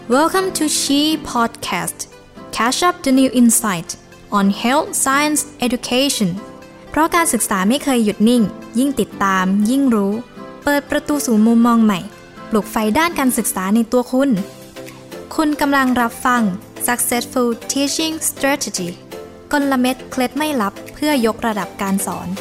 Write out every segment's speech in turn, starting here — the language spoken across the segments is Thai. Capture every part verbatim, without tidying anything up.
Welcome to She Podcast. Catch up the new insight on health, science, education. เพราะการศึกษาไม่เคยหยุดนิ่งยิ่งติดตามยิ่งรู้เปิดประตูสู่มุมมองใหม่ปลุกไฟด้านการศึกษาในตัวคุณคุณกำลังรับฟัง Successful Teaching Strategy กลเม็ดเคล็ดไม่ลับเพื่อยกระดับการสอน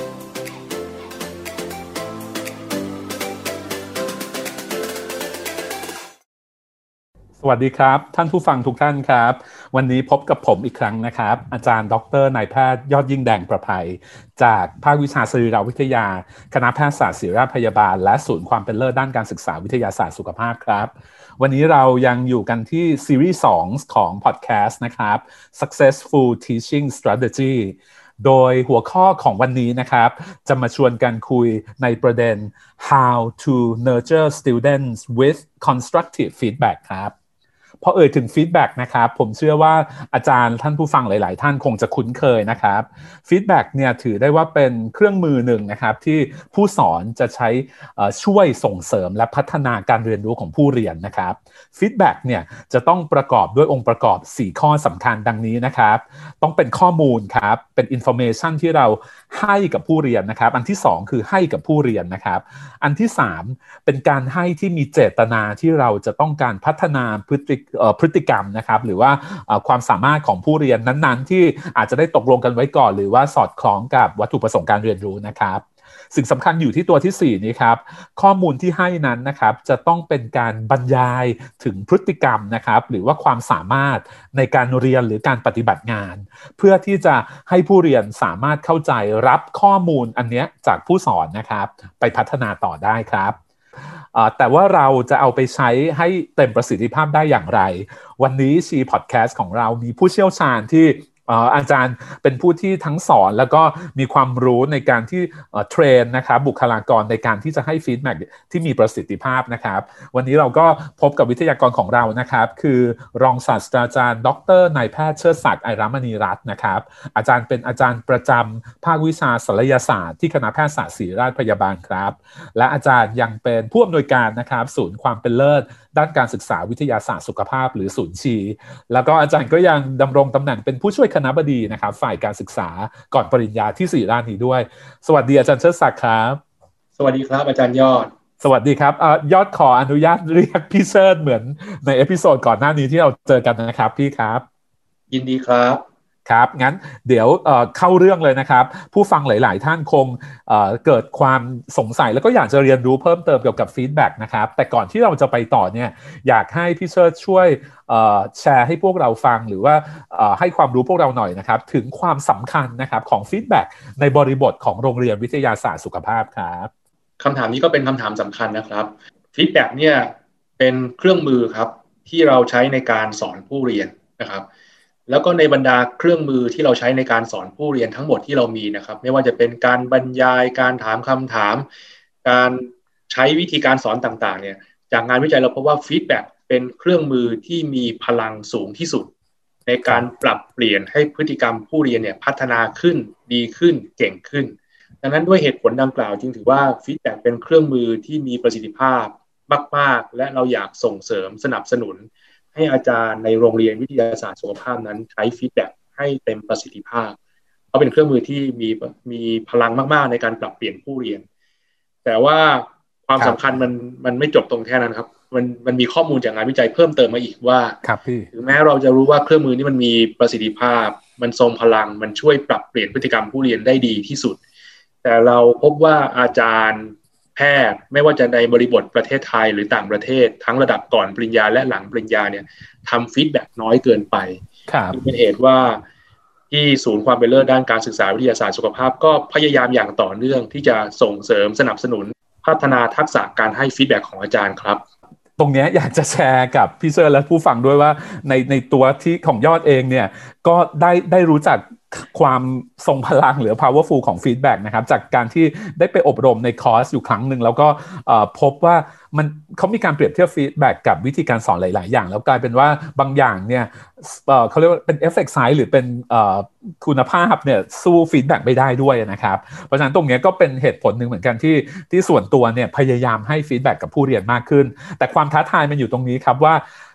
สวัสดีครับท่านผู้ฟังทุกท่านครับวันนี้พบกับผมอีกครั้งนะครับอาจารย์ดรนายแพทย์ยอดยิ่งแดงประภัยจากภาควิชาสรีรวิทยาคณะแพทยศาสตร์ศิริราชพยาบาลและศูนย์ความเป็นเลิศด้านการศึกษาวิทยาศาสตร์สุขภาพครับวันนี้เรายังอยู่กันที่ซีรีส์สองของพอดแคสต์นะครับ Successful Teaching Strategy โดยหัวข้อของวันนี้นะครับจะมาชวนกันคุยในประเด็น How to nurture students with constructive feedback ครับพอเอ่ยถึงฟีดแบ็กนะครับผมเชื่อว่าอาจารย์ท่านผู้ฟังหลายๆท่านคงจะคุ้นเคยนะครับฟีดแบ็กเนี่ยถือได้ว่าเป็นเครื่องมือหนึ่งนะครับที่ผู้สอนจะใช้ช่วยส่งเสริมและพัฒนาการเรียนรู้ของผู้เรียนนะครับฟีดแบ็กเนี่ยจะต้องประกอบด้วยองค์ประกอบสี่ข้อสำคัญดังนี้นะครับต้องเป็นข้อมูลครับเป็นอินโฟเมชันที่เราให้กับผู้เรียนนะครับอันที่สองคือให้กับผู้เรียนนะครับอันที่สามเป็นการให้ที่มีเจตนาที่เราจะต้องการพัฒนาพฤติพฤติกรรมนะครับหรือว่าความสามารถของผู้เรียนนั้นๆที่อาจจะได้ตกลงกันไว้ก่อนหรือว่าสอดคล้องกับวัตถุประสงค์การเรียนรู้นะครับสิ่งสำคัญอยู่ที่ตัวที่สี่นี้ครับข้อมูลที่ให้นั้นนะครับจะต้องเป็นการบรรยายถึงพฤติกรรมนะครับหรือว่าความสามารถในการเรียนหรือการปฏิบัติงานเพื่อที่จะให้ผู้เรียนสามารถเข้าใจรับข้อมูลอันเนี้ยจากผู้สอนนะครับไปพัฒนาต่อได้ครับแต่ว่าเราจะเอาไปใช้ให้เต็มประสิทธิภาพได้อย่างไรวันนี้ชีพอดแคสต์ของเรามีผู้เชี่ยวชาญที่อาจารย์เป็นผู้ที่ทั้งสอนแล้วก็มีความรู้ในการที่เทรนนะครับบุคลากรในการที่จะให้ฟีดแบ็กที่มีประสิทธิภาพนะครับวันนี้เราก็พบกับวิทยากรของเรานะครับคือรองศาสตราจารย์ดรนายแพทย์เชิดศักดิ์ไอรมณีรัตน์นะครับอาจารย์เป็นอาจารย์ประจำภาควิชาศัลยศาสตร์ที่คณะแพทยศาสตร์ศิริราชพยาบาลครับและอาจารย์ยังเป็นผู้อำนวยการนะครับศูนย์ความเป็นเลิศด้านการศึกษาวิทยาศาสตร์สุขภาพหรือศูนย์ชีแล้วก็อาจารย์ก็ยังดำรงตำแหน่งเป็นผู้ช่วยคณบดีนะครับฝ่ายการศึกษาก่อนปริญญาที่ศิริราชนี้ด้วยสวัสดีอาจารย์เชิดศักดิ์ครับสวัสดีครับอาจารย์ยอดสวัสดีครับอ่ายอดขออนุญาตเรียกพี่เชิดเหมือนในเอพิโซดก่อนหน้านี้ที่เราเจอกันนะครับพี่ครับยินดีครับครับงั้นเดี๋ยว เอ่อ เข้าเรื่องเลยนะครับผู้ฟังหลายๆท่านคงเอ่อเกิดความสงสัยแล้วก็อยากจะเรียนรู้เพิ่มเติมเกี่ยวกับฟีดแบ็กนะครับแต่ก่อนที่เราจะไปต่อเนี่ยอยากให้พี่เชิดช่วยเอ่อแชร์ให้พวกเราฟังหรือว่าเอ่อให้ความรู้พวกเราหน่อยนะครับถึงความสำคัญนะครับของฟีดแบ็กในบริบทของโรงเรียนวิทยาศาสตร์สุขภาพครับคำถามนี้ก็เป็นคำถามสำคัญนะครับฟีดแบ็กเนี่ยเป็นเครื่องมือครับที่เราใช้ในการสอนผู้เรียนนะครับแล้วก็ในบรรดาเครื่องมือที่เราใช้ในการสอนผู้เรียนทั้งหมดที่เรามีนะครับไม่ว่าจะเป็นการบรรยายการถามคำถามการใช้วิธีการสอนต่างๆเนี่ยจากงานวิจัยเราพบว่าฟีดแบ็กเป็นเครื่องมือที่มีพลังสูงที่สุดในการปรับเปลี่ยนให้พฤติกรรมผู้เรียนเนี่ยพัฒนาขึ้นดีขึ้นเก่งขึ้นดังนั้นด้วยเหตุผลดังกล่าวจึงถือว่าฟีดแบ็กเป็นเครื่องมือที่มีประสิทธิภาพมากๆและเราอยากส่งเสริมสนับสนุนให้อาจารย์ในโรงเรียนวิทยาศาสตร์สุขภาพนั้นใช้ฟีดแบ็กให้เต็มประสิทธิภาพเพราะเป็นเครื่องมือที่มีมีพลังมากๆในการปรับเปลี่ยนผู้เรียนแต่ว่าความสำคัญมันมันไม่จบตรงแค่นั้นครับมันมันมีข้อมูลจากงานวิจัยเพิ่มเติมมาอีกว่าถึงแม้เราจะรู้ว่าเครื่องมือนี้มันมีประสิทธิภาพมันทรงพลังมันช่วยปรับเปลี่ยนพฤติกรรมผู้เรียนได้ดีที่สุดแต่เราพบว่าอาจารย์แพทย์ไม่ว่าจะในบริบทประเทศไทยหรือต่างประเทศทั้งระดับก่อนปริญญาและหลังปริญญาเนี่ยทำฟีดแบ็กน้อยเกินไปเป็นเหตุว่าที่ศูนย์ความเป็นเลิศด้านการศึกษาวิทยาศาสตร์สุขภาพก็พยายามอย่างต่อเนื่องที่จะส่งเสริมสนับสนุนพัฒนาทักษะการให้ฟีดแบ็กของอาจารย์ครับตรงนี้อยากจะแชร์กับพี่เซอร์และผู้ฟังด้วยว่าในในตัวที่ของยอดเองเนี่ยก็ได้ได้รู้จักความทรงพลังหรือ powerful ของ feedback นะครับจากการที่ได้ไปอบรมในคอร์สอยู่ครั้งหนึ่งแล้วก็พบว่ามันเขามีการเปรียบเทียบ feedback กับวิธีการสอนหลายๆอย่างแล้วกลายเป็นว่าบางอย่างเนี่ยเขาเรียกว่าเป็น effect size หรือเป็นคุณภาพเนี่ยสู้ feedback ไม่ได้ด้วยนะครับเพราะฉะนั้นตรงนี้ก็เป็นเหตุผลหนึ่งเหมือนกันที่ที่ส่วนตัวเนี่ยพยายามให้ feedback กับผู้เรียนมากขึ้นแต่ความท้าทายมันอยู่ตรงนี้ครับว่า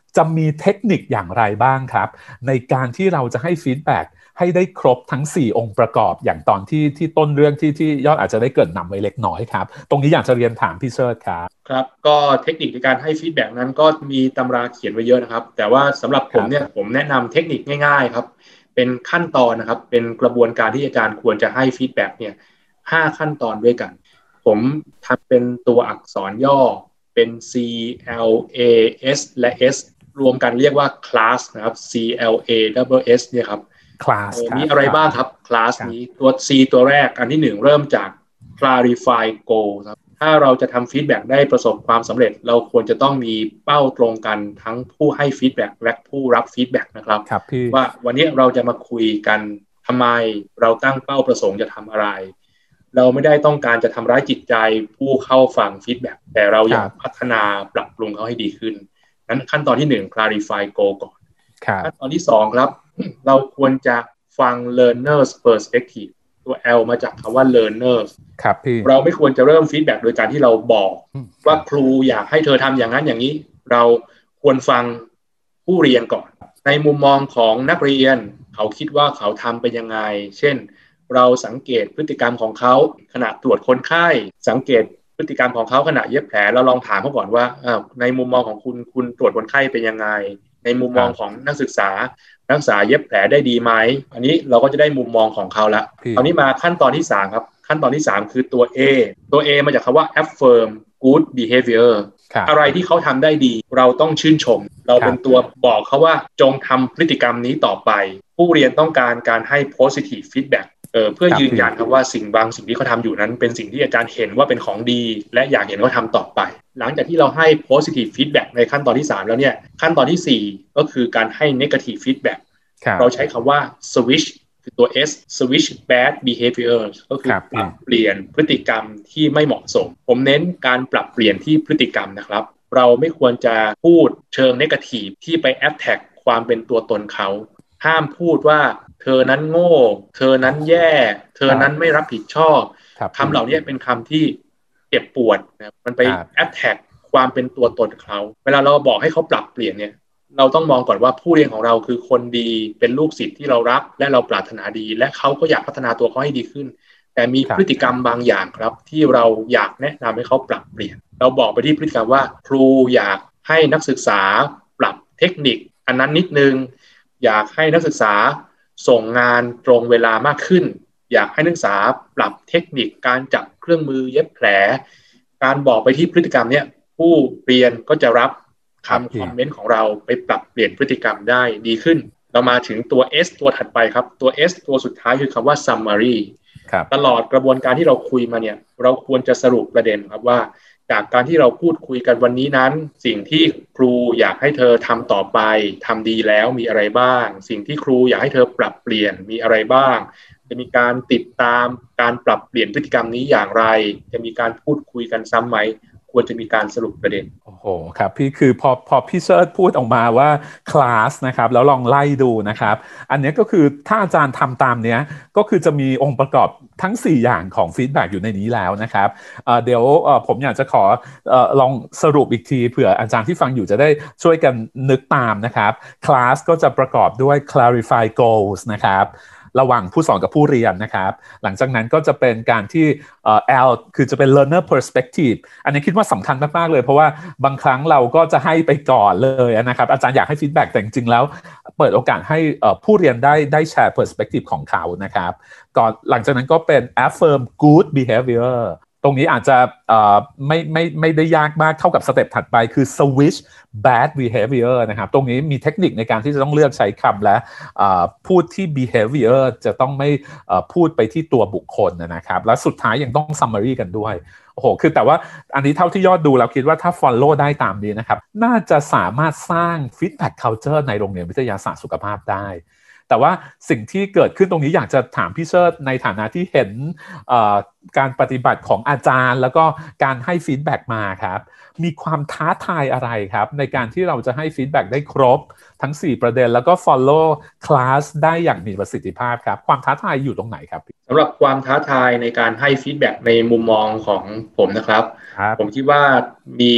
จะมีเทคนิคอย่างไรบ้างครับในการที่เราจะให้ฟีดแบ็กให้ได้ครบทั้งสี่องค์ประกอบอย่างตอนที่ที่ต้นเรื่องที่ที่ยอดอาจจะได้เกริ่นนำไว้เล็กน้อยครับตรงนี้อยากจะเรียนถามพี่เชิดครับครับก็เทคนิคในการให้ฟีดแบ็กนั้นก็มีตำราเขียนไว้เยอะนะครับแต่ว่าสำหรับผมเนี่ยผมแนะนำเทคนิคง่ายๆครับเป็นขั้นตอนนะครับเป็นกระบวนการที่อาจารย์ควรจะให้ฟีดแบ็กเนี่ยห้าขั้นตอนด้วยกันผมทำเป็นตัวอักษรย่อเป็น C L A S และ S รวมกันเรียกว่า class นะครับ C L A S S เนี่ยครับ class มีอะไรบ้างครับ class นี้ตัว C ตัวแรกอันที่หนึ่งเริ่มจาก clarify goal ครับถ้าเราจะทำฟีดแบ็กได้ประสบความสำเร็จเราควรจะต้องมีเป้าตรงกันทั้งผู้ให้ฟีดแบ็กและผู้รับฟีดแบ็กนะครับว่าวันนี้เราจะมาคุยกันทำไมเราตั้งเป้าประสงค์จะทำอะไรเราไม่ได้ต้องการจะทำร้ายจิตใจผู้เข้าฟังฟีดแบ็กแต่เราอยากพัฒนาปรับปรุงเขาให้ดีขึ้นนั้นขั้นตอนที่หนึ่ง clarify goal ก่อนขั้นตอนที่สองครับเราควรจะฟัง learners perspective ตัว L มาจากคำว่า learners ครับพี่เราไม่ควรจะเริ่มฟีดแบ็กโดยการที่เราบอกว่าครูอยากให้เธอทำอย่างนั้นอย่างนี้เราควรฟังผู้เรียนก่อนในมุมมองของนักเรียนเขาคิดว่าเขาทำเป็นยังไงเช่นเราสังเกตพฤติกรรมของเขาขณะตรวจคนไข้สังเกตพฤติกรรมของเขาขณะเย็บแผลเราลองถามเขาก่อนว่าในมุมมองของคุณคุณตรวจคนไข้เป็นยังไงในมุมมองของนักศึกษานักศึกษาเย็บแผลได้ดีไหมอันนี้เราก็จะได้มุมมองของเขาละคราวนี้มาขั้นตอนที่สามครับขั้นตอนที่สามคือตัว A ตัว A มาจากคำว่า affirm good behavior อะไรที่เขาทำได้ดีเราต้องชื่นชมเราเป็นตัวบอกเขาว่าจงทำพฤติกรรมนี้ต่อไปผู้เรียนต้องการการให้ positive feedback เอ่อเพื่อยืนยันครับว่าสิ่งบางสิ่งที่เขาทำอยู่นั้นเป็นสิ่งที่อาจารย์เห็นว่าเป็นของดีและอยากเห็นเขาทำต่อไปหลังจากที่เราให้ positive feedback ในขั้นตอนที่สามแล้วเนี่ยขั้นตอนที่สี่ก็คือการให้ negative feedback เราใช้คำว่า switch คือตัว S switch bad behavior ก็คือปรับเปลี่ยนพฤติกรรมที่ไม่เหมาะสมผมเน้นการปรับเปลี่ยนที่พฤติกรรมนะครับเราไม่ควรจะพูดเชิง negative ที่ไป attack ความเป็นตัวตนเขาห้ามพูดว่าเธอนั้นโง่เธอนั้นแย่เธอนั้นไม่รับผิดชอบคำเหล่านี้เป็นคำที่เจ็บปวดนะมันไป attack ความเป็นตัวตนเขาเวลาเราบอกให้เขาปรับเปลี่ยนเนี่ยเราต้องมองก่อนว่าผู้เรียนของเราคือคนดีเป็นลูกศิษย์ที่เรารักและเราปรารถนาดีและเขาก็อยากพัฒนาตัวเขาให้ดีขึ้นแต่มีพฤติกรรมบางอย่างครับที่เราอยากแนะนำให้เขาปรับเปลี่ยนเราบอกไปที่พฤติกรรมว่าครูอยากให้นักศึกษาปรับเทคนิคอันนั้นนิดนึงอยากให้นักศึกษาส่งงานตรงเวลามากขึ้นอยากให้นักศึกษาปรับเทคนิคการจับเครื่องมือเย็บแผลการบอกไปที่พฤติกรรมเนี้ยผู้เรียนก็จะรับคำคอมเมนต์ของเราไปปรับเปลี่ยนพฤติกรรมได้ดีขึ้นเรามาถึงตัว S ตัวถัดไปครับตัว S ตัวสุดท้ายคือคำว่า summary ตลอดกระบวนการที่เราคุยมาเนี่ยเราควรจะสรุปประเด็นครับว่าจากการที่เราพูดคุยกันวันนี้นั้นสิ่งที่ครูอยากให้เธอทำต่อไปทำดีแล้วมีอะไรบ้างสิ่งที่ครูอยากให้เธอปรับเปลี่ยนมีอะไรบ้างจะมีการติดตามการปรับเปลี่ยนพฤติกรรมนี้อย่างไรจะมีการพูดคุยกันซ้ำไหมควรจะมีการสรุปประเด็นโอ้โหครับพี่คือพอพอพี่เชิดพูดออกมาว่าคลาสนะครับแล้วลองไล่ดูนะครับอันนี้ก็คือถ้าอาจารย์ทำตามเนี้ยก็คือจะมีองค์ประกอบทั้งสี่อย่างของฟีดแบ็กอยู่ในนี้แล้วนะครับเอ่อเดี๋ยวเอ่อผมอยากจะขอเอ่อลองสรุปอีกทีเผื่ออาจารย์ที่ฟังอยู่จะได้ช่วยกันนึกตามนะครับคลาสก็จะประกอบด้วย clarify goals นะครับระหว่างผู้สอนกับผู้เรียนนะครับหลังจากนั้นก็จะเป็นการที่เอ่อ L คือจะเป็น learner perspective อันนี้คิดว่าสำคัญมากๆเลยเพราะว่าบางครั้งเราก็จะให้ไปก่อนเลยนะครับอาจารย์อยากให้ feedback แต่จริงๆแล้วเปิดโอกาสให้ผู้เรียนได้ได้แชร์ perspective ของเขานะครับก่อนหลังจากนั้นก็เป็น affirm good behavior ตรงนี้อาจจะไม่ไม่ไม่ได้ยากมากเท่ากับสเต็ปถัดไปคือ switch bad behavior นะครับตรงนี้มีเทคนิคในการที่จะต้องเลือกใช้คำและพูดที่ behavior จะต้องไม่พูดไปที่ตัวบุคคลนะครับและสุดท้ายยังต้อง summary กันด้วยโอ้โหคือแต่ว่าอันนี้เท่าที่ยอดดูเราคิดว่าถ้า follow ได้ตามนี้นะครับน่าจะสามารถสร้าง feedback culture ในโรงเรียนวิทยาศาสตร์สุขภาพได้แต่ว่าสิ่งที่เกิดขึ้นตรงนี้อยากจะถามพี่เชิดในฐานะที่เห็นการปฏิบัติของอาจารย์แล้วก็การให้ฟีดแบ็กมาครับมีความท้าทายอะไรครับในการที่เราจะให้ฟีดแบ็กได้ครบทั้งสี่ประเด็นแล้วก็ follow class ได้อย่างมีประสิทธิภาพครับความท้าทายอยู่ตรงไหนครับสำหรับความท้าทายในการให้ฟีดแบ็กในมุมมองของผมนะครับผมคิดว่ามี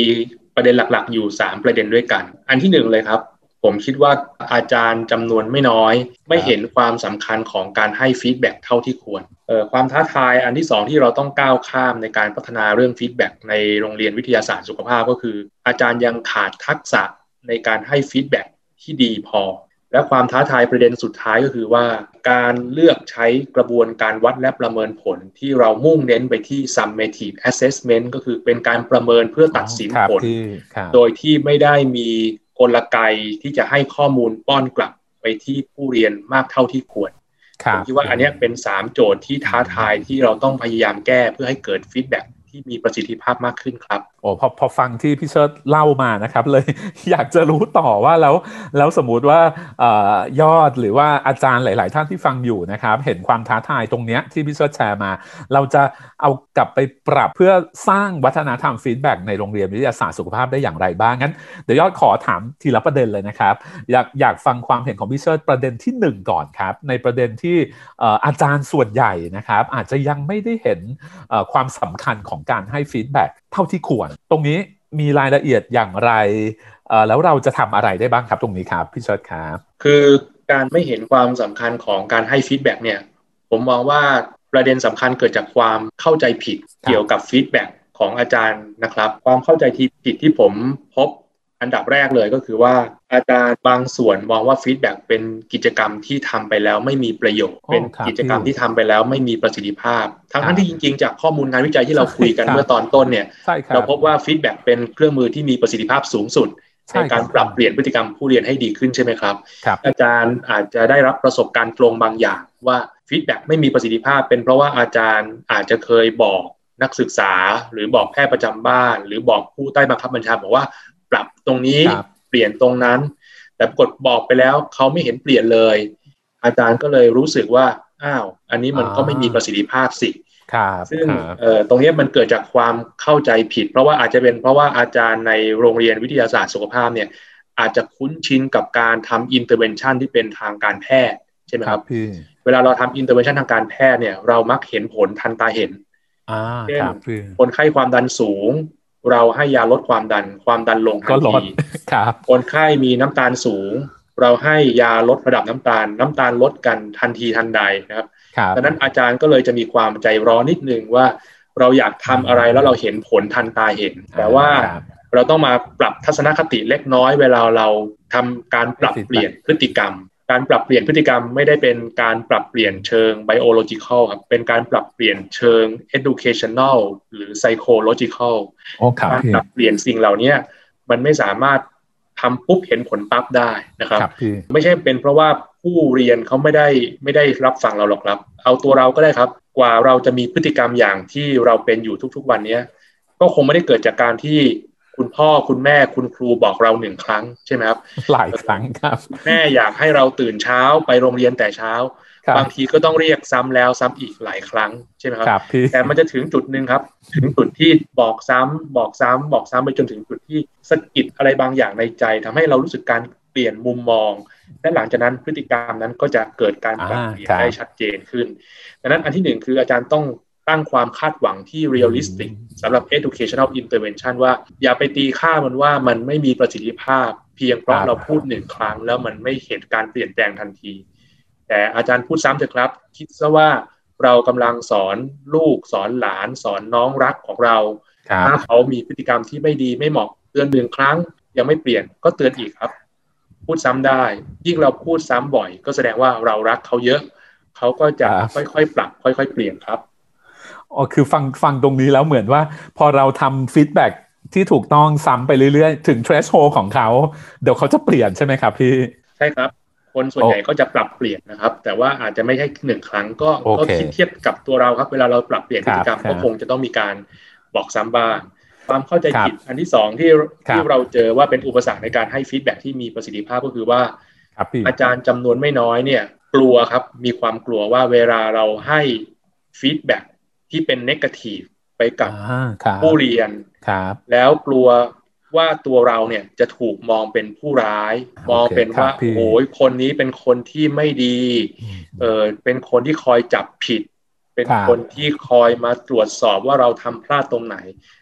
ประเด็นหลักๆอยู่สามประเด็นด้วยกันอันที่หนึ่งเลยครับผมคิดว่าอาจารย์จำนวนไม่น้อยไม่เห็นความสำคัญของการให้ฟีดแบ็กเท่าที่ควรเอ่อความท้าทายอันที่สองที่เราต้องก้าวข้ามในการพัฒนาเรื่องฟีดแบ็กในโรงเรียนวิทยาศาสตร์สุขภาพก็คืออาจารย์ยังขาดทักษะในการให้ฟีดแบ็กที่ดีพอและความท้าทายประเด็นสุดท้ายก็คือว่าการเลือกใช้กระบวนการวัดและประเมินผลที่เรามุ่งเน้นไปที่ summative assessment ก็คือเป็นการประเมินเพื่อตัดสินผลโดยที่ไม่ได้มีกลไกที่จะให้ข้อมูลป้อนกลับไปที่ผู้เรียนมากเท่าที่ควรผมคิดว่าอันนี้เป็นสามโจทย์ที่ท้าทายที่เราต้องพยายามแก้เพื่อให้เกิดฟีดแบ็กที่มีประสิทธิภาพมากขึ้นครับโอ้พอพอฟังที่พี่เชิดเล่ามานะครับเลย อยากจะรู้ต่อว่าแล้วแล้วสมมุติว่าเอ่อยอดหรือว่าอาจารย์หลายๆท่านที่ฟังอยู่นะครับเห็นความท้าทายตรงเนี้ยที่พี่เชิดแชร์มาเราจะเอากลับไปปรับเพื่อสร้างวัฒนธรรมฟีดแบ็กในโรงเรียนวิทยาศาสตร์สุขภาพได้อย่างไรบ้างงั้นเดี๋ยวยอดขอถามทีละประเด็นเลยนะครับอยากอยากฟังความเห็นของพี่เชิดประเด็นที่หนึ่งก่อนครับในประเด็นที่เอ่ออาจารย์ส่วนใหญ่นะครับอาจจะยังไม่ได้เห็นเอ่อความสำคัญของการให้ฟีดแบ็กเท่าที่ควรตรงนี้มีรายละเอียดอย่างไรเอ่อแล้วเราจะทำอะไรได้บ้างครับตรงนี้ครับพี่เชิดครับคือการไม่เห็นความสำคัญของการให้ฟีดแบ็กเนี่ยผมมองว่าประเด็นสำคัญเกิดจากความเข้าใจผิดเกี่ยวกับฟีดแบ็กของอาจารย์นะครับความเข้าใจผิดที่ผมพบอันดับแรกเลยก็คือว่าอาจารย์บางส่วนมองว่าฟีดแบ็กเป็นกิจกรรมที่ทำไปแล้วไม่มีประโยชน์เป็นกิจกรรมที่ทำไปแล้วไม่มีประสิทธิภาพทั้งที่จริงๆจากข้อมูลงานวิจัยที่เราคุยกันเมื่อตอนต้นเนี่ยเราพบว่าฟีดแบ็กเป็นเครื่องมือที่มีประสิทธิภาพสูงสุดในการปรับเปลี่ยนพฤติกรรมผู้เรียนให้ดีขึ้นใช่ไหมครับอาจารย์อาจจะได้รับประสบการณ์ตรงบางอย่างว่าฟีดแบ็กไม่มีประสิทธิภาพเป็นเพราะว่าอาจารย์อาจจะเคยบอกนักศึกษาหรือบอกแพทย์ประจำบ้านหรือบอกผู้ใต้บังคับบัญชาบอกว่าปรับตรงนี้เปลี่ยนตรงนั้นแต่กดบอกไปแล้วเขาไม่เห็นเปลี่ยนเลยอาจารย์ก็เลยรู้สึกว่าอ้าวอันนี้มันก็ไม่มีประสิทธิภาพสิซึ่งตรงนี้มันเกิดจากความเข้าใจผิดเพราะว่าอาจจะเป็นเพราะว่าอาจารย์ในโรงเรียนวิทยาศาสตร์สุขภาพเนี่ยอาจจะคุ้นชินกับการทำ intervention ที่เป็นทางการแพทย์ใช่ไหมครับเวลาเราทำ intervention ทางการแพทย์เนี่ยเรามักเห็นผลทันตาเห็นเช่นคนไข้ความดันสูงเราให้ยาลดความดันความดันลงทันทีคนไข้มีน้ำตาลสูงเราให้ยาลดระดับน้ำตาลน้ำตาลลดกันทันทีทันใดนะครับดังนั้นอาจารย์ก็เลยจะมีความใจร้อนนิดนึงว่าเราอยากทำอะไรแล้วเราเห็นผลทันตาเห็นแต่ว่าเราต้องมาปรับทัศนคติเล็กน้อยเวลาเราทำการปรับเปลี่ยนพฤติกรรมการปรับเปลี่ยนพฤติกรรมไม่ได้เป็นการปรับเปลี่ยนเชิง biological ครับเป็นการปรับเปลี่ยนเชิง educational หรือ psychological การปรับเปลี่ยนสิ่งเหล่านี้มันไม่สามารถทำปุ๊บเห็นผลปั๊บได้นะครับไม่ใช่เป็นเพราะว่าผู้เรียนเขาไม่ได้ไม่ได้รับฟังเราหรอกครับเอาตัวเราก็ได้ครับกว่าเราจะมีพฤติกรรมอย่างที่เราเป็นอยู่ทุกๆวันนี้ก็คงไม่ได้เกิดจากการที่คุณพ่อคุณแม่คุณครูบอกเราหนึ่งครั้งใช่ไหมครับหลายครั้งครับแม่อยากให้เราตื่นเช้าไปโรงเรียนแต่เช้าบางทีก็ต้องเรียกซ้ำแล้วซ้ำอีกหลายครั้งใช่ไหมครับแต่มันจะถึงจุดนึงครับถึงจุดที่บอกซ้ำบอกซ้ำบอกซ้ำไปจนถึงจุดที่สะกิดอะไรบางอย่างในใจทำให้เรารู้สึกการเปลี่ยนมุมมองและหลังจากนั้นพฤติกรรมนั้นก็จะเกิดการปรับเปลี่ยนได้ชัดเจนขึ้นดังนั้นอันที่หนึ่งคืออาจารย์ต้องตั้งความคาดหวังที่ realistic สำหรับ educational intervention ว่าอย่าไปตีค่ามันว่ามันไม่มีประสิทธิภาพเพียงเพราะเราพูดหนึ่งครั้งแล้วมันไม่เห็นการเปลี่ยนแปลงทันทีแต่อาจารย์พูดซ้ำเถอะครับคิดซะว่าเรากำลังสอนลูกสอนหลานสอนน้องรักของเราถ้าเขามีพฤติกรรมที่ไม่ดีไม่เหมาะเตือนหนึ่งครั้งยังไม่เปลี่ยนก็เตือนอีกครับพูดซ้ำได้ยิ่งเราพูดซ้ำบ่อยก็แสดงว่าเรารักเขาเยอะเขาก็จะค่อยๆปรับค่อยๆเปลี่ยนครับอ๋อคือฟังฟังตรงนี้แล้วเหมือนว่าพอเราทำฟีดแบ็กที่ถูกต้องซ้ำไปเรื่อยๆถึง threshold ของเขาเดี๋ยวเขาจะเปลี่ยนใช่ไหมครับพี่ใช่ครับคนส่วนใหญ่ก็จะปรับเปลี่ยนนะครับแต่ว่าอาจจะไม่ใช่หนึ่งครั้งก็ก็คิดเทียบกับตัวเราครับเวลาเราปรับเปลี่ยนพฤติกรรมก็คงจะต้องมีการบอกซ้ำบ้างความเข้าใจผิดอันที่สองที่ที่เราเจอว่าเป็นอุปสรรคในการให้ฟีดแบ็กที่มีประสิทธิภาพก็คือว่าอาจารย์จำนวนไม่น้อยเนี่ยกลัวครับมีความกลัวว่าเวลาเราให้ฟีดแบ็กที่เป็น negative ไปกับผู้เรียนแล้วกลัวว่าตัวเราเนี่ยจะถูกมองเป็นผู้ร้ายมองเป็นว่าโอ้ยคนนี้เป็นคนที่ไม่ดีเออเป็นคนที่คอยจับผิดเป็นคนที่คอยมาตรวจสอบว่าเราทำพลาดตรงไหน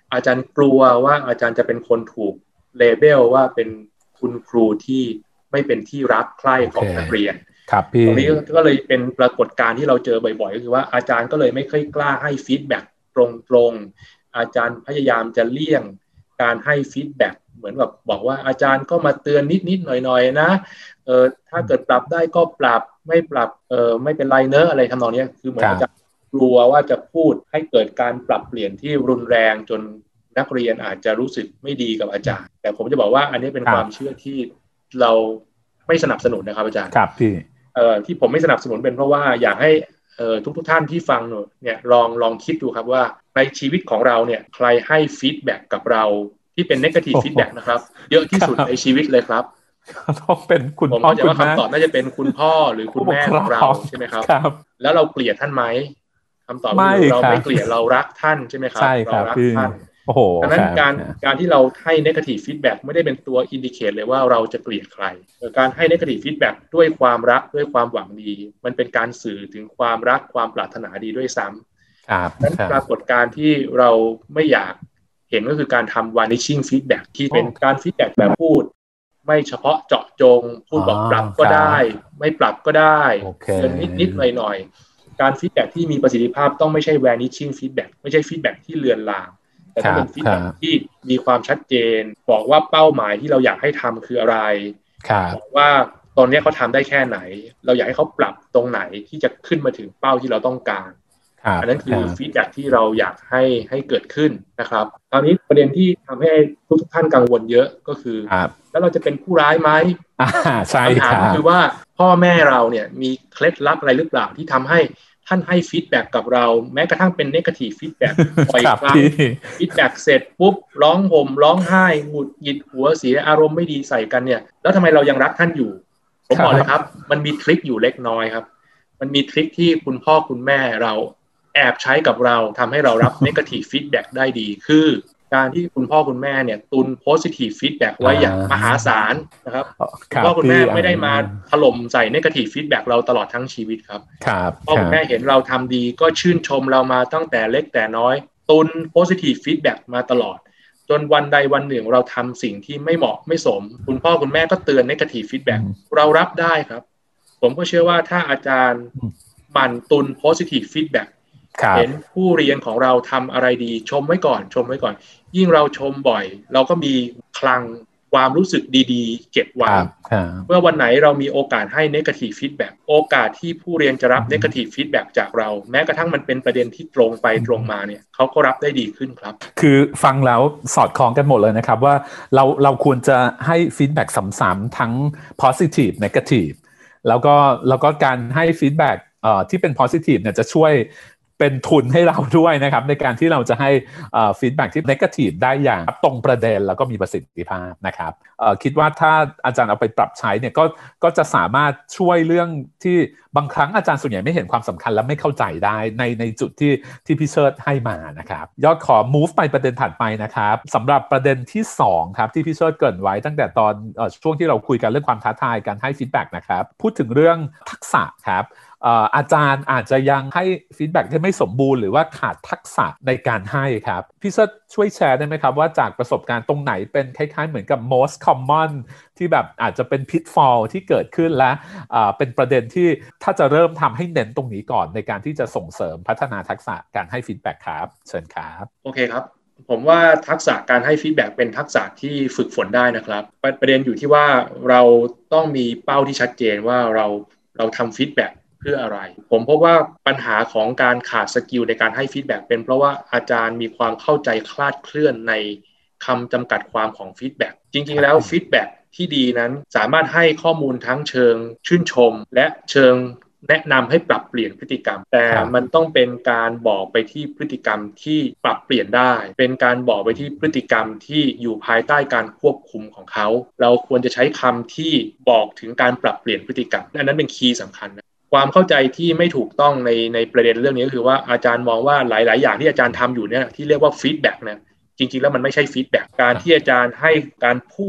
อาจารย์กลัวว่าอาจารย์จะเป็นคนถูกเลเบลว่าเป็นคุณครูที่ไม่เป็นที่รักใคร่ของนักเรียนครับพี่ตรงนี้ก็เลยเป็นปรากฏการณ์ที่เราเจอบ่อยๆก็คือว่าอาจารย์ก็เลยไม่ค่อยกล้าให้ฟีดแบ็กตรงๆอาจารย์พยายามจะเลี่ยงการให้ฟีดแบ็กเหมือนแบบบอกว่าอาจารย์ก็มาเตือนนิดๆหน่อยๆนะเออถ้าเกิดปรับได้ก็ปรับไม่ปรับเออไม่เป็นไรเนอะอะไรทำนองนี้คือเหมือนอาจารย์กลัวว่าจะพูดให้เกิดการปรับเปลี่ยนที่รุนแรงจนนักเรียนอาจจะรู้สึกไม่ดีกับอาจารย์แต่ผมจะบอกว่าอันนี้เป็นความเชื่อที่เราไม่สนับสนุนนะครับอาจารย์ครับพี่เอ่อที่ผมไม่สนับสนุนเป็นเพราะว่าอยากให้เอ่อทุกๆท่านที่ฟังเนี่ยลองลองคิดดูครับว่าในชีวิตของเราเนี่ยใครให้ฟีดแบ็กกับเราที่เป็น negative feedback นะครับเยอะที่สุดในชีวิตเลยครับต้องเป็นคุณพ่อคุณแม่ผมเข้าใจว่าคำตอบน่าจะเป็นคุณพ่อหรือคุณแม่ของเราใช่ไหมครับแล้วเราเกลียดท่านไหมคำตอบคือเราไม่เกลียดเรารักท่านใช่ไหมครับเรารักท่านดังนั้นการการที่เราให้ negative feedback ไม่ได้เป็นตัว indicate เลยว่าเราจะเกลียดใครการให้ negative feedback ด้วยความรักด้วยความหวังดีมันเป็นการสื่อถึงความรักความปรารถนาดีด้วยซ้ำนั้นปรากฏการณ์ที่เราไม่อยากเห็นก็คือการทำ vanishing feedback ที่เป็นการ feedback แบบพูดไม่เฉพาะเจาะจงพูดบอกปรับก็ได้ไม่ปรับก็ได้เกินนิดๆหน่อยๆการ feedback ที่มีประสิทธิภาพต้องไม่ใช่ vanishing feedback ไม่ใช่ feedback ที่เลือนลางแต่ต้องเป็นฟีดแบ็กที่มีความชัดเจนบอกว่าเป้าหมายที่เราอยากให้ทำคืออะไรบอกว่าตอนนี้เขาทำได้แค่ไหนเราอยากให้เขาปรับตรงไหนที่จะขึ้นมาถึงเป้าที่เราต้องการอันนั้นคือฟีดแบ็กที่เราอยากให้ให้เกิดขึ้นนะครับคราวนี้ประเด็นที่ทำให้ทุกท่านกังวลเยอะก็คือแล้วเราจะเป็นผู้ร้ายไหมใช่ครับคำถามคือว่าพ่อแม่เราเนี่ยมีเคล็ดลับอะไรหรือเปล่าที่ทำให้ท่านให้ฟีดแบ็กกับเราแม้กระทั่งเป็นเนกาทีฟฟีดแบ็กบ่อยครั้งฟีดแบ็กเสร็จปุ๊บร้องห่มร้องไห้หงุดหงิดหัวเสียอารมณ์ไม่ดีใส่กันเนี่ยแล้วทำไมเรายังรักท่านอยู่ผมบอกเลยครับมันมีทริคอยู่เล็กน้อยครับมันมีทริคที่คุณพ่อคุณแม่เราแอบใช้กับเราทำให้เรารับเนกาทีฟฟีดแบ็กได้ดีคือการที่คุณพ่อคุณแม่เนี่ยตุน positive feedback ไว้อย่างมหาศาลนะครับคุณพ่อคุณแม่ไม่ได้มาถล่มใส่ negative feedback เราตลอดทั้งชีวิตครับพ่อคุณแม่เห็นเราทำดีก็ชื่นชมเรามาตั้งแต่เล็กแต่น้อยตุน positive feedback มาตลอดจนวันใดวันหนึ่งเราทำสิ่งที่ไม่เหมาะไม่สมคุณพ่อคุณแม่ก็เตือน negative feedback เรารับได้ครับผมก็เชื่อว่าถ้าอาจารย์หมั่นตุน positive feedbackเห็นผู้เรียนของเราทำอะไรดีชมไว้ก่อนชมไว้ก่อนยิ่งเราชมบ่อยเราก็มีคลังความรู้สึกดีๆเก็บไว้เมื่อวันไหนเรามีโอกาสให้ negative feedback โอกาสที่ผู้เรียนจะรับ negative feedback จากเราแม้กระทั่งมันเป็นประเด็นที่ตรงไปตรงมาเนี่ยเขาก็รับได้ดีขึ้นครับคือฟังแล้วสอดคล้องกันหมดเลยนะครับว่าเราเราควรจะให้ feedback ซ้ำๆทั้ง positive negative แล้วก็แล้วก็การให้ feedback เอ่อที่เป็น positive เนี่ยจะช่วยเป็นทุนให้เราด้วยนะครับในการที่เราจะให้ฟีดแบ็กที่ negative ได้อย่างตรงประเด็นแล้วก็มีประสิทธิภาพนะครับคิดว่าถ้าอาจารย์เอาไปปรับใช้เนี่ยก็ก็จะสามารถช่วยเรื่องที่บางครั้งอาจารย์ส่วนใหญ่ไม่เห็นความสำคัญและไม่เข้าใจได้ในในจุดที่ที่พี่เชิดให้มานะครับยอดขอ move ไปประเด็นถัดไปนะครับสำหรับประเด็นที่สองครับที่พี่เชิดเกริ่นไว้ตั้งแต่ตอนช่วงที่เราคุยกันเรื่องความท้าทายการให้ฟีดแบ็กนะครับพูดถึงเรื่องทักษะครับอาจารย์อาจจะยังให้ฟีดแบ็กที่ไม่สมบูรณ์หรือว่าขาดทักษะในการให้ครับพี่เซิร์ชช่วยแชร์ได้ไหมครับว่าจากประสบการณ์ตรงไหนเป็นคล้ายๆเหมือนกับ most common ที่แบบอาจจะเป็น pitfall ที่เกิดขึ้นและเป็นประเด็นที่ถ้าจะเริ่มทำให้เน้นตรงนี้ก่อนในการที่จะส่งเสริมพัฒนาทักษะการให้ฟีดแบ็กครับเชิญครับโอเคครับผมว่าทักษะการให้ฟีดแบ็กเป็นทักษะที่ฝึกฝนได้นะครับประเด็นอยู่ที่ว่าเราต้องมีเป้าที่ชัดเจนว่าเราเราทำฟีดแบ็กเพื่ออะไรผมพบว่าปัญหาของการขาดสกิลในการให้ฟีดแบ็กเป็นเพราะว่าอาจารย์มีความเข้าใจคลาดเคลื่อนในคำจำกัดความของฟีดแบ็กจริงๆแล้วฟีดแบ็กที่ดีนั้นสามารถให้ข้อมูลทั้งเชิงชื่นชมและเชิงแนะนำให้ปรับเปลี่ยนพฤติกรรมแต่มันต้องเป็นการบอกไปที่พฤติกรรมที่ปรับเปลี่ยนได้เป็นการบอกไปที่พฤติกรรมที่อยู่ภายใต้การควบคุมของเขาเราควรจะใช้คำที่บอกถึงการปรับเปลี่ยนพฤติกรรมอันนั้นเป็นคีย์สำคัญนะความเข้าใจที่ไม่ถูกต้องในในประเด็นเรื่องนี้ก็คือว่าอาจารย์มองว่าหลายๆอย่างที่อาจารย์ทำอยู่เนี่ยที่เรียกว่าฟีดแบ็กเนี่ยจริงๆแล้วมันไม่ใช่ฟีดแบ็กการที่อาจารย์ให้การพูด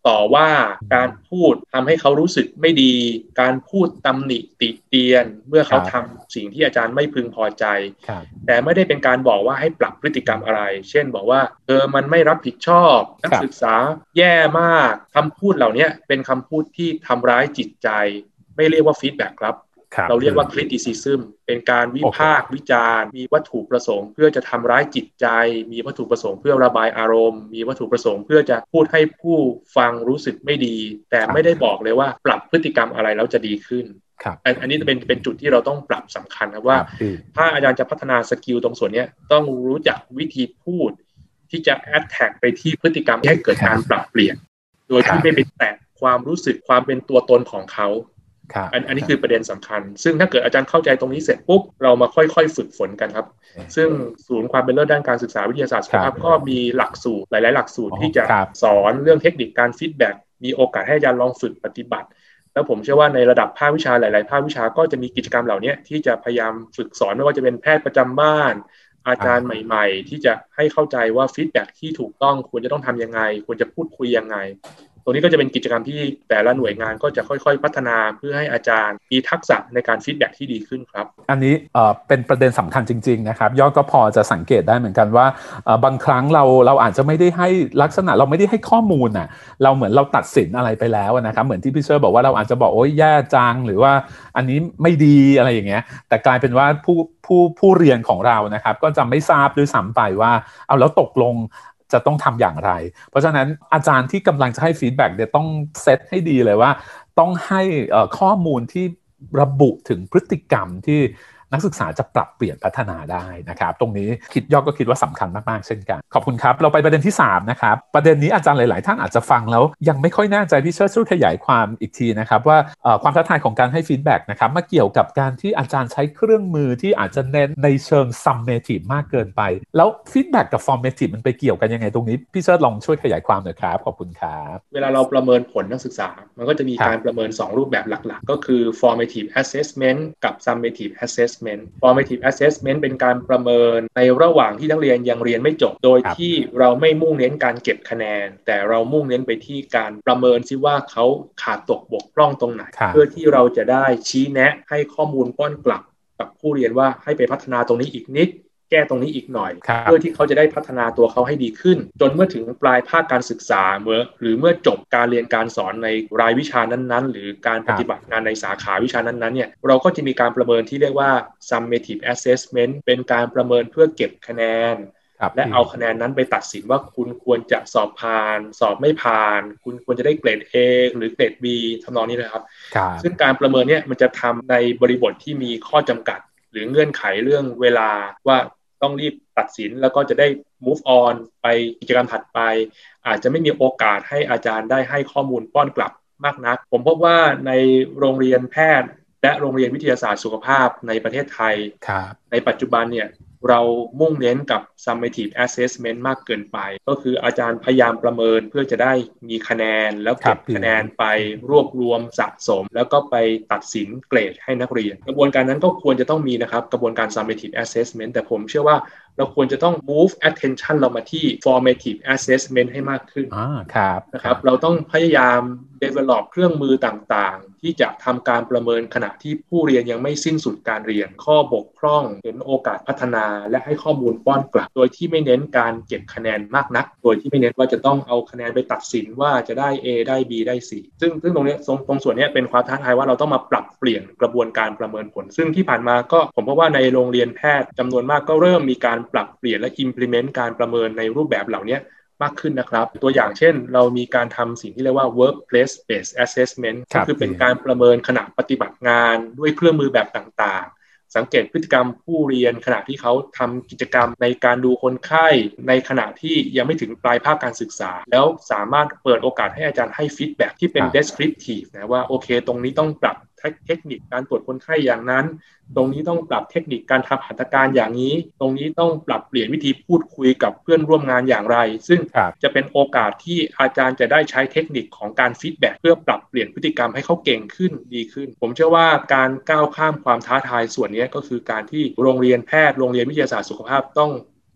ต่อว่าการพูดทำให้เขารู้สึกไม่ดีการพูดตำหนิติเตียนเมื่อเขาทำสิ่งที่อาจารย์ไม่พึงพอใจแต่ไม่ได้เป็นการบอกว่าให้ปรับพฤติกรรมอะไรเช่นบอกว่าเออมันไม่รับผิดชอบนักศึกษาแย่มากคำพูดเหล่านี้เป็นคำพูดที่ทำร้ายจิตใจไม่เรียกว่าฟีดแบ็กครับเราเรียกว่า criticism เป็นการวิพากษ์วิจารณ์มีวัตถุประสงค์เพื่อจะทำร้ายจิตใจมีวัตถุประสงค์เพื่อระบายอารมณ์มีวัตถุประสงค์เพื่อจะพูดให้ผู้ฟังรู้สึกไม่ดีแต่ไม่ได้บอกเลยว่าปรับพฤติกรรมอะไรแล้วจะดีขึ้นอันนี้จะเป็นเป็นจุดที่เราต้องปรับสำคัญครับว่าถ้าอาจารย์จะพัฒนาสกิลตรงส่วนนี้ต้องรู้จักวิธีพูดที่จะ attack ไปที่พฤติกรรมให้เกิดการปรับเปลี่ยนโดยที่ไม่ไปแตะความรู้สึกความเป็นตัวตนของเขาอัน, อันนี้คือประเด็นสำคัญซึ่งถ้าเกิดอาจารย์เข้าใจตรงนี้เสร็จปุ๊บเรามาค่อยๆฝึกฝนกันครับซึ่งศูนย์ความเป็นเลิศด้านการศึกษาวิทยาศาสตร์สุขภาพก็มีหลักสูตรหลายๆหลักสูตรที่จะสอนเรื่องเทคนิคการฟีดแบ็กมีโอกาสให้อาจารย์ลองฝึกปฏิบัติแล้วผมเชื่อว่าในระดับภาควิชาหลายๆภาควิชาก็จะมีกิจกรรมเหล่านี้ที่จะพยายามฝึกสอนไม่ว่าจะเป็นแพทย์ประจำบ้านอาจารย์ใหม่ๆที่จะให้เข้าใจว่าฟีดแบ็กที่ถูกต้องควรจะต้องทำยังไงควรจะพูดคุยยังไงตรงนี้ก็จะเป็นกิจกรรมที่แต่ละหน่วยงานก็จะค่อยๆพัฒนาเพื่อให้อาจารย์มีทักษะในการฟีดแบ็กที่ดีขึ้นครับอันนี้เอ่อเป็นประเด็นสำคัญจริงๆนะครับยอดก็พอจะสังเกตได้เหมือนกันว่าเอ่อบางครั้งเราเราอาจจะไม่ได้ให้ลักษณะเราไม่ได้ให้ข้อมูลน่ะเราเหมือนเราตัดสินอะไรไปแล้วนะครับเหมือนที่พี่เชอร์บอกว่าเราอาจจะบอกโอ๊ยแย่จังหรือว่าอันนี้ไม่ดีอะไรอย่างเงี้ยแต่กลายเป็นว่าผู้ผู้ผู้เรียนของเรานะครับก็จะไม่ทราบด้วยซ้ำไปว่าเอาแล้วตกลงจะต้องทำอย่างไรเพราะฉะนั้นอาจารย์ที่กำลังจะให้ฟีดแบ็กเนี่ยต้องเซตให้ดีเลยว่าต้องให้ข้อมูลที่ระบุถึงพฤติกรรมที่นักศึกษาจะปรับเปลี่ยนพัฒนาได้นะครับตรงนี้คิดยอดก็คิดว่าสำคัญมากๆเช่นกันขอบคุณครับเราไปประเด็นที่สามนะครับประเด็นนี้อาจารย์หลายๆท่านอาจจะฟังแล้วยังไม่ค่อยแน่ใจพี่เชิดช่วยขยายความอีกทีนะครับว่าความท้าทายของการให้ฟีดแบ็กนะครับมาเกี่ยวกับการที่อาจารย์ใช้เครื่องมือที่อาจจะเน้นในเชิง summative มากเกินไปแล้วฟีดแบ็กกับ formative มันไปเกี่ยวกันยังไงตรงนี้พี่เชิดลองช่วยขยายความหน่อยครับขอบคุณครับเวลาเราประเมินผลนักศึกษามันก็จะมีการประเมินสองรูปแบบหลักๆก็คือ formative assessment กับ summative assessment formative assessment เป็นการประเมินในระหว่างที่นักเรียนยังเรียนไม่จบโดยที่เราไม่มุ่งเน้นการเก็บคะแนนแต่เรามุ่งเน้นไปที่การประเมินซิว่าเขาขาดตกบกพร่องตรงไหนเพื่อที่เราจะได้ชี้แนะให้ข้อมูลป้อนกลับกับผู้เรียนว่าให้ไปพัฒนาตรงนี้อีกนิดแก้ตรงนี้อีกหน่อยเพื่อที่เขาจะได้พัฒนาตัวเขาให้ดีขึ้นจนเมื่อถึงปลายภาคการศึกษาเมื่อหรือเมื่อจบการเรียนการสอนในรายวิชานั้นๆหรือการปฏิบัติงานในสาขาวิชานั้นๆเนี่ยเราก็จะมีการประเมินที่เรียกว่า summative assessment เป็นการประเมินเพื่อเก็บคะแนนและเอาคะแนนนั้นไปตัดสินว่าคุณควรจะสอบผ่านสอบไม่ผ่านคุณควรจะได้เกรด A หรือเกรด B ทำนองนี้นะครับซึ่งการประเมินเนี่ยมันจะทำในบริบทที่มีข้อจำกัดหรือเงื่อนไขเรื่องเวลาว่าต้องรีบตัดสินแล้วก็จะได้ move on ไปกิจกรรมถัดไปอาจจะไม่มีโอกาสให้อาจารย์ได้ให้ข้อมูลป้อนกลับมากนักผมพบว่าในโรงเรียนแพทย์และโรงเรียนวิทยาศาสตร์สุขภาพในประเทศไทยในปัจจุบันเนี่ยเรามุ่งเน้นกับ summative assessment มากเกินไปก็คืออาจารย์พยายามประเมินเพื่อจะได้มีคะแนนแล้วเก็บคะแนนไปรวบรวมสะสมแล้วก็ไปตัดสินเกรดให้นักเรียนกระบวนการนั้นก็ควรจะต้องมีนะครับกระบวนการ summative assessment แต่ผมเชื่อว่าเราควรจะต้อง move attention เรามาที่ formative assessment ให้มากขึ้นอ่าครับนะครับเราต้องพยายาม develop เครื่องมือต่างๆที่จะทำการประเมินขณะที่ผู้เรียนยังไม่สิ้นสุดการเรียนข้อบกพร่องเห็นโอกาสพัฒนาและให้ข้อมูลป้อนกลับโดยที่ไม่เน้นการเก็บคะแนนมากนักโดยที่ไม่เน้นว่าจะต้องเอาคะแนนไปตัดสินว่าจะได้ A ได้ B ได้ C ซึ่งซึ่งตรงนี้ตรงส่วนนี้เป็นความท้าทายว่าเราต้องมาปรับเปลี่ยนกระบวนการประเมินผลซึ่งที่ผ่านมาก็ผมพบว่าในโรงเรียนแพทย์จำนวนมากก็เริ่มมีการปรับเปลี่ยนและ implement การประเมินในรูปแบบเหล่านี้มากขึ้นนะครับตัวอย่างเช่นเรามีการทำสิ่งที่เรียกว่า workplace based assessment ก็คือเป็นการประเมินขณะปฏิบัติงานด้วยเครื่องมือแบบต่างๆสังเกตพฤติกรรมผู้เรียนขณะที่เขาทำกิจกรรมในการดูคนไข้ในขณะที่ยังไม่ถึงปลายภาคการศึกษาแล้วสามารถเปิดโอกาสให้อาจารย์ให้ feedback ที่เป็น descriptive นะว่าโอเคตรงนี้ต้องปรับเทคนิคการตรวจคนไข้อย่างนั้นตรงนี้ต้องปรับเทคนิคการทำหัตถการอย่างนี้ตรงนี้ต้องปรับเปลี่ยนวิธีพูดคุยกับเพื่อนร่วมงานอย่างไรซึ่งจะเป็นโอกาสที่อาจารย์จะได้ใช้เทคนิคของการฟีดแบ็กเพื่อปรับเปลี่ยนพฤติกรรมให้เขาเก่งขึ้นดีขึ้นผมเชื่อว่าการก้าวข้ามความท้าทายส่วนนี้ก็คือการที่โรงเรียนแพทย์โรงเรียนวิทยาศาสตร์สุขภาพต้องพ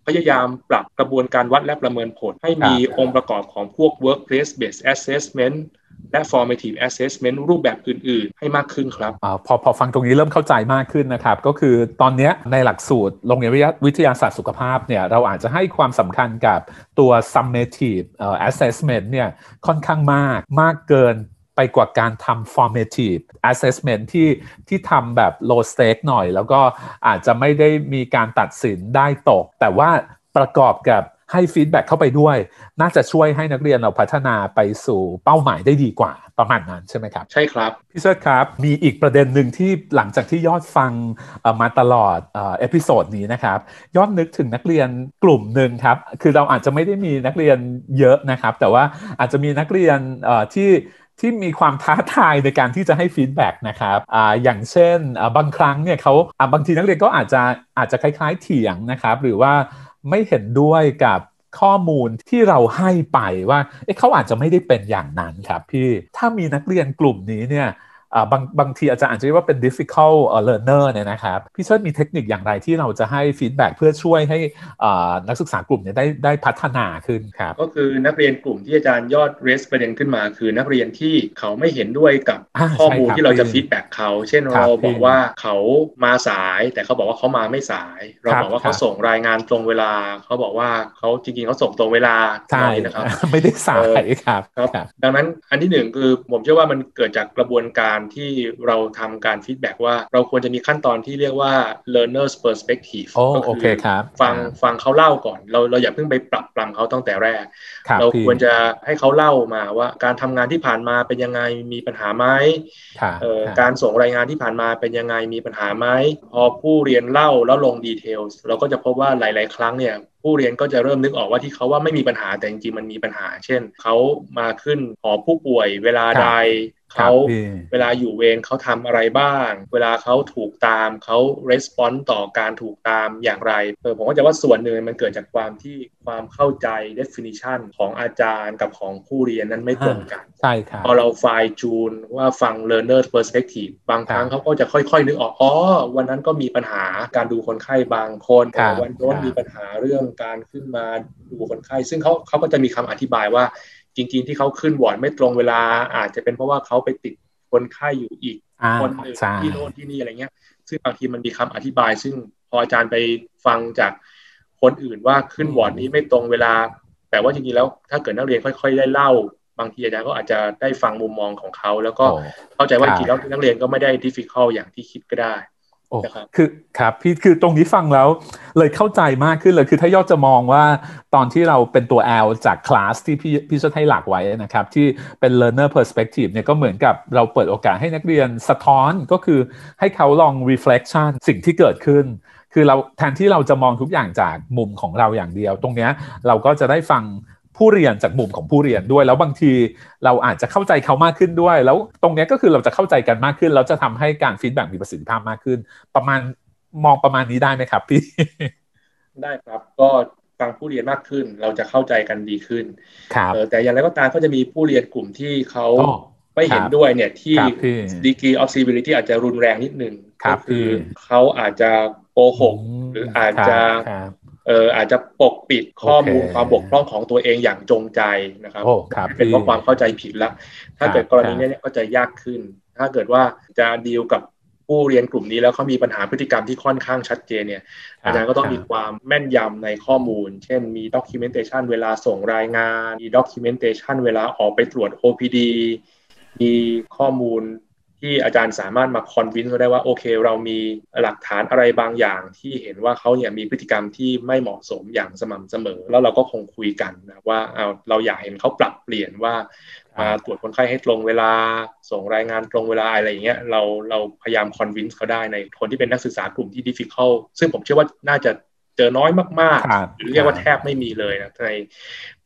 ยายามปรับกระบวนการวัดและประเมินผลให้มีองค์ประกอบของพวก workplace based assessment และ formative assessment รูปแบบอื่นๆให้มากขึ้นครับอ่าพอพอฟังตรงนี้เริ่มเข้าใจมากขึ้นนะครับก็คือตอนนี้ในหลักสูตรโรงเรียนวิทยาศาสตร์สุขภาพเนี่ยเราอาจจะให้ความสำคัญกับตัว summative assessment เนี่ยค่อนข้างมากมากเกินไปกว่าการทำ formative assessment ที่ที่ทำแบบ low stake หน่อยแล้วก็อาจจะไม่ได้มีการตัดสินได้ตกแต่ว่าประกอบกับให้ฟีดแบ็กเข้าไปด้วยน่าจะช่วยให้นักเรียนเราพัฒนาไปสู่เป้าหมายได้ดีกว่าประมาณนั้นใช่ไหมครับใช่ครับพี่เชิดครับมีอีกประเด็นหนึ่งที่หลังจากที่ยอดฟังมาตลอดเอพิโซดนี้นะครับยอดนึกถึงนักเรียนกลุ่มหนึ่งครับคือเราอาจจะไม่ได้มีนักเรียนเยอะนะครับแต่ว่าอาจจะมีนักเรียนที่ที่มีความท้าทายในการที่จะให้ฟีดแบ็กนะครับ อ, อย่างเช่นบางครั้งเนี่ยเขาบางทีนักเรียนก็อาจจะอาจจะคล้ายๆเถียงนะครับหรือว่าไม่เห็นด้วยกับข้อมูลที่เราให้ไปว่าเอ๊ะเขาอาจจะไม่ได้เป็นอย่างนั้นครับพี่ถ้ามีนักเรียนกลุ่มนี้เนี่ยบางบางทีอาจารย์อาจจะเรียกว่าเป็น difficult learner เนี่ยนะครับพี่เชิดมีเทคนิคอย่างไรที่เราจะให้ฟีดแบ็กเพื่อช่วยให้นักศึกษากลุ่มนี้ได้ได้พัฒนาขึ้นครับก็คือนักเรียนกลุ่มที่อาจารย์ยอด raise ประเด็นขึ้นมาคือนักเรียนที่เขาไม่เห็นด้วยกับข้อมูลที่เราจะฟีดแบ็กเขาเช่นเราบอกว่าเขามาสายแต่เขาบอกว่าเขามาไม่สายเราบอกว่าเขาส่งรายงานตรงเวลาเขาบอกว่าเขาจริงๆเขาส่งตรงเวลาใช่นะครับไม่ได้สายครับดังนั้นอันที่หนึ่งคือผมเชื่อว่ามันเกิดจากกระบวนการที่เราทำการฟีดแบ็กว่าเราควรจะมีขั้นตอนที่เรียกว่า learner's perspective ก็คือฟังฟังเขาเล่าก่อนเราเราอย่าเพิ่งไปปรับปรำเขาตั้งแต่แรกเราควรจะให้เขาเล่ามาว่าการทำงานที่ผ่านมาเป็นยังไงมีปัญหาไหมการส่งรายงานที่ผ่านมาเป็นยังไงมีปัญหาไหมพอผู้เรียนเล่าแล้วลงดีเทลเราก็จะพบว่าหลายๆครั้งเนี่ยผู้เรียนก็จะเริ่มนึกออกว่าที่เขาว่าไม่มีปัญหาแต่จริงๆมันมีปัญหาเช่นเขามาขึ้นหอผู้ป่วยเวลาใดเขาเวลาอยู่เวรเขาทำอะไรบ้างเวลาเขาถูกตามเขา response ต่อการถูกตามอย่างไรเออผมก็จะว่าส่วนหนึ่งมันเกิดจากความที่ความเข้าใจ definition ของอาจารย์กับของผู้เรียนนั้นไม่ตรงกันใช่ครับพอเราไฟล์จูนว่าฟัง learner perspective บางครั้งเขาก็จะค่อยๆนึกออกอ๋อวันนั้นก็มีปัญหาการดูคนไข้บางคนวันโน้นมีปัญหาเรื่องการขึ้นมาดูคนไข้ซึ่งเขาเขาก็จะมีคำอธิบายว่าจริงๆที่เขาขึ้นวอร์ดไม่ตรงเวลาอาจจะเป็นเพราะว่าเขาไปติดคนไข้อยู่อีกคนหนึ่งที่โน่นที่นี่อะไรเงี้ยซึ่งบางทีมันมีคำอธิบายซึ่งพออาจารย์ไปฟังจากคนอื่นว่าขึ้นวอร์ดนี้ไม่ตรงเวลาแต่ว่าจริงๆแล้วถ้าเกิดนักเรียนค่อยๆได้เล่าบางทีอาจารย์ก็อาจจะได้ฟังมุมมองของเขาแล้วก็เข้าใจว่าจริงๆแล้วนักเรียนก็ไม่ได้ difficult อย่างที่คิดก็ได้คือครับพี่คือตรงนี้ฟังแล้วเลยเข้าใจมากขึ้นเลยคือถ้ายอดจะมองว่าตอนที่เราเป็นตัว L จากคลาสที่พี่พี่จะให้หลักไว้นะครับที่เป็น learner perspective เนี่ยก็เหมือนกับเราเปิดโอกาสให้นักเรียนสะท้อนก็คือให้เขาลอง reflection สิ่งที่เกิดขึ้นคือเราแทนที่เราจะมองทุกอย่างจากมุมของเราอย่างเดียวตรงเนี้ยเราก็จะได้ฟังผู้เรียนจากมุมของผู้เรียนด้วยแล้วบางทีเราอาจจะเข้าใจเขามากขึ้นด้วยแล้วตรงนี้ก็คือเราจะเข้าใจกันมากขึ้นเราจะทำให้การฟีดแบ็กมีประสิทธิภาพมากขึ้นประมาณมองประมาณนี้ได้ไหมครับพี่ได้ครับก็ฟังผู้เรียนมากขึ้นเราจะเข้าใจกันดีขึ้นครับแต่อย่างไรก็ตามก็จะมีผู้เรียนกลุ่มที่เขาไม่เห็นด้วยเนี่ยที่ degree of severity อาจจะรุนแรงนิดนึงก็คือเขาอาจจะโกหกหรืออาจจะเอออาจจะปกปิดข้อมูลความบกพร่องของตัวเองอย่างจงใจนะครับเป็นเพราะความเข้าใจผิดละถ้าเกิดกรณีนี้เนี่ยก็จะยากขึ้นถ้าเกิดว่าจะดีลกับผู้เรียนกลุ่มนี้แล้วเขามีปัญหาพฤติกรรมที่ค่อนข้างชัดเจนเนี่ยอาจารย์ก็ต้องมีความแม่นยำในข้อมูลเช่นมี documentation เวลาส่งรายงานมี documentation เวลาออกไปตรวจ โอ พี ดี มีข้อมูลที่อาจารย์สามารถมาคอนวินส์ได้ว่าโอเคเรามีหลักฐานอะไรบางอย่างที่เห็นว่าเขาเนี่ยมีพฤติกรรมที่ไม่เหมาะสมอย่างสม่ำเสมอแล้วเราก็คงคุยกันนะว่าเอาเราอยากเห็นเขาปรับเปลี่ยนว่ามาตรวจคนไข้ให้ตรงเวลาส่งรายงานตรงเวลาอะไรอย่างเงี้ยเราเราพยายามคอนวินส์เขาได้ในคนที่เป็นนักศึกษากลุ่มที่ difficult ซึ่งผมเชื่อว่าน่าจะเจอน้อยมากๆหรือเรียกว่าแทบไม่มีเลยนะในใน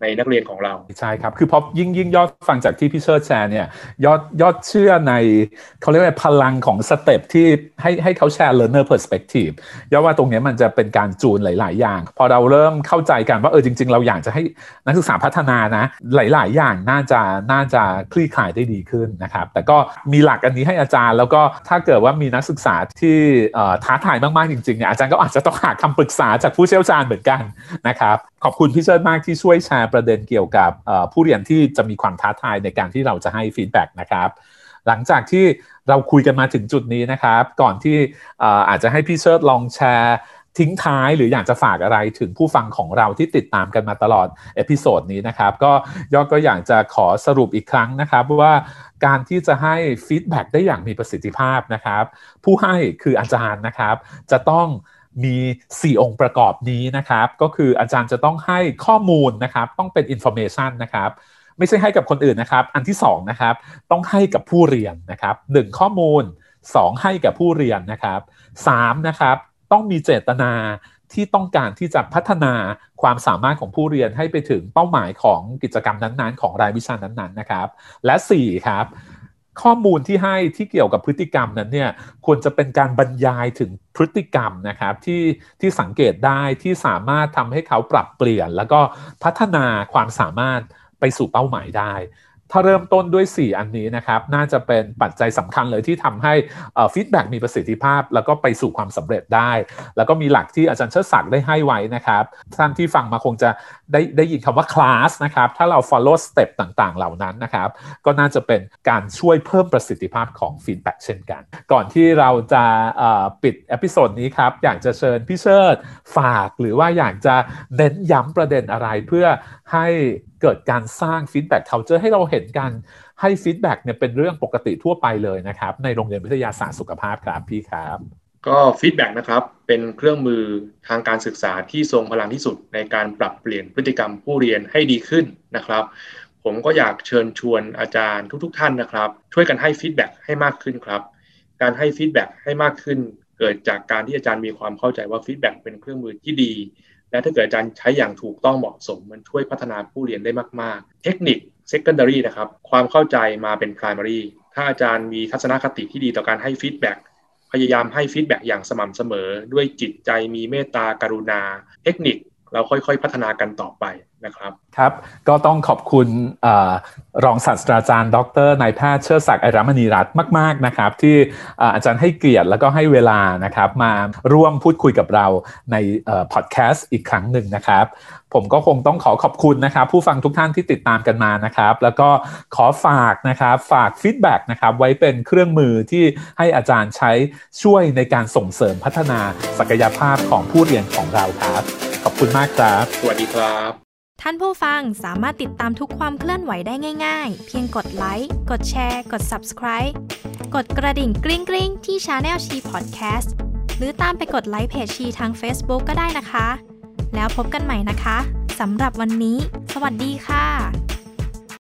ในนักเรียนของเราใช่ครับคือพอยิ่งยิ่งยอดฟังจากที่พี่เชิดแชร์เนี่ยยอดยอดเชื่อในเขาเรียกว่าพลังของสเต็ปที่ให้ให้เขาแชร์ learner perspective ยอดว่าตรงนี้มันจะเป็นการจูนหลายๆอย่างพอเราเริ่มเข้าใจกันว่าเออจริงๆเราอยากจะให้นักศึกษาพัฒนานะหลายๆอย่างน่าจะน่าจะคลี่คลายได้ดีขึ้นนะครับแต่ก็มีหลักอันนี้ให้อาจารย์แล้วก็ถ้าเกิดว่ามีนักศึกษาที่ท้าทายมากๆจริงๆเนี่ยอาจารย์ก็อาจจะต้องหาคำปรึกษาจากผู้เชี่ยวชาญเหมือนกันนะครับขอบคุณพี่เชิดมากที่ช่วยแชร์ประเด็นเกี่ยวกับผู้เรียนที่จะมีความท้าทายในการที่เราจะให้ฟีดแบ็กนะครับหลังจากที่เราคุยกันมาถึงจุดนี้นะครับก่อนที่อาจจะให้พี่เชิดลองแชร์ทิ้งท้ายหรืออยากจะฝากอะไรถึงผู้ฟังของเราที่ติดตามกันมาตลอดเอพิโซดนี้นะครับก็ยอดก็อยากจะขอสรุปอีกครั้งนะครับว่าการที่จะให้ฟีดแบ็กได้อย่างมีประสิทธิภาพนะครับผู้ให้คืออาจารย์นะครับจะต้องมีสี่องค์ประกอบนี้นะครับก็คืออาจารย์จะต้องให้ข้อมูลนะครับต้องเป็น information นะครับไม่ใช่ให้กับคนอื่นนะครับอันที่สองนะครับต้องให้กับผู้เรียนนะครับหนึ่งข้อมูลสองให้กับผู้เรียนนะครับสามนะครับต้องมีเจตนาที่ต้องการที่จะพัฒนาความสามารถของผู้เรียนให้ไปถึงเป้าหมายของกิจกรรมนั้นๆของรายวิชานั้นๆนะครับและสี่ครับข้อมูลที่ให้ที่เกี่ยวกับพฤติกรรมนั้นเนี่ยควรจะเป็นการบรรยายถึงพฤติกรรมนะครับที่ที่สังเกตได้ที่สามารถทำให้เขาปรับเปลี่ยนแล้วก็พัฒนาความสามารถไปสู่เป้าหมายได้ถ้าเริ่มต้นด้วยสี่อันนี้นะครับน่าจะเป็นปัจจัยสำคัญเลยที่ทำให้ฟีดแบ็กมีประสิทธิภาพแล้วก็ไปสู่ความสำเร็จได้แล้วก็มีหลักที่อาจารย์เชิดศักดิ์ได้ให้ไว้นะครับท่านที่ฟังมาคงจะได้ได้ยินคำว่าคลาสนะครับถ้าเรา follow step ต่างๆเหล่านั้นนะครับก็น่าจะเป็นการช่วยเพิ่มประสิทธิภาพของฟีดแบ็กเช่นกันก่อนที่เราจะปิดเอพิโซดนี้ครับอยากจะเชิญพี่เชิดฝากหรือว่าอยากจะเน้นย้ำประเด็นอะไรเพื่อให้เกิดการสร้าง feedback culture ให้เราเห็นกันให้ feedback เนี่ยเป็นเรื่องปกติทั่วไปเลยนะครับในโรงเรียนวิทยาศาสตร์สุขภาพครับพี่ครับก็ feedback นะครับเป็นเครื่องมือทางการศึกษาที่ทรงพลังที่สุดในการปรับเปลี่ยนพฤติกรรมผู้เรียนให้ดีขึ้นนะครับผมก็อยากเชิญชวนอาจารย์ทุกๆท่านนะครับช่วยกันให้ feedback ให้มากขึ้นครับการให้ feedback ให้มากขึ้นเกิดจากการที่อาจารย์มีความเข้าใจว่า feedback เป็นเครื่องมือที่ดีและถ้าเกิดอาจารย์ใช้อย่างถูกต้องเหมาะสมมันช่วยพัฒนาผู้เรียนได้มากๆเทคนิค secondary นะครับความเข้าใจมาเป็น primary ถ้าอาจารย์มีทัศนคติที่ดีต่อการให้ feedback พยายามให้ feedback อย่างสม่ำเสมอด้วยจิตใจมีเมตตากรุณาเทคนิคเราค่อยๆพัฒนากันต่อไปนะครับครับก็ต้องขอบคุณอรองศาสตราจารย์ดรนายแพทย์เชิดศักดิ์ ไอรมณีรัตน์มากๆนะครับที่อาจารย์ให้เกียรติแล้วก็ให้เวลานะครับมาร่วมพูดคุยกับเราในพอดแคสต์อีกครั้งหนึ่งนะครับผมก็คงต้องขอขอบคุณนะครับผู้ฟังทุกท่านที่ติดตามกันมานะครับแล้วก็ขอฝากนะครับฝากฟีดแบ็กนะครับไว้เป็นเครื่องมือที่ให้อาจารย์ใช้ช่วยในการส่งเสริมพัฒนาศักยภาพของผู้เรียนของเราครับขอบคุณมากครับสวัสดีครับท่านผู้ฟังสามารถติดตามทุกความเคลื่อนไหวได้ง่ายๆเพียงกดไลค์กดแชร์กด Subscribe กดกระดิ่งกริ๊งๆที่ Channel ชี Podcast หรือตามไปกดไลค์เพจชีทาง Facebook ก็ได้นะคะแล้วพบกันใหม่นะคะสำหรับวันนี้สวัสดีค่ะ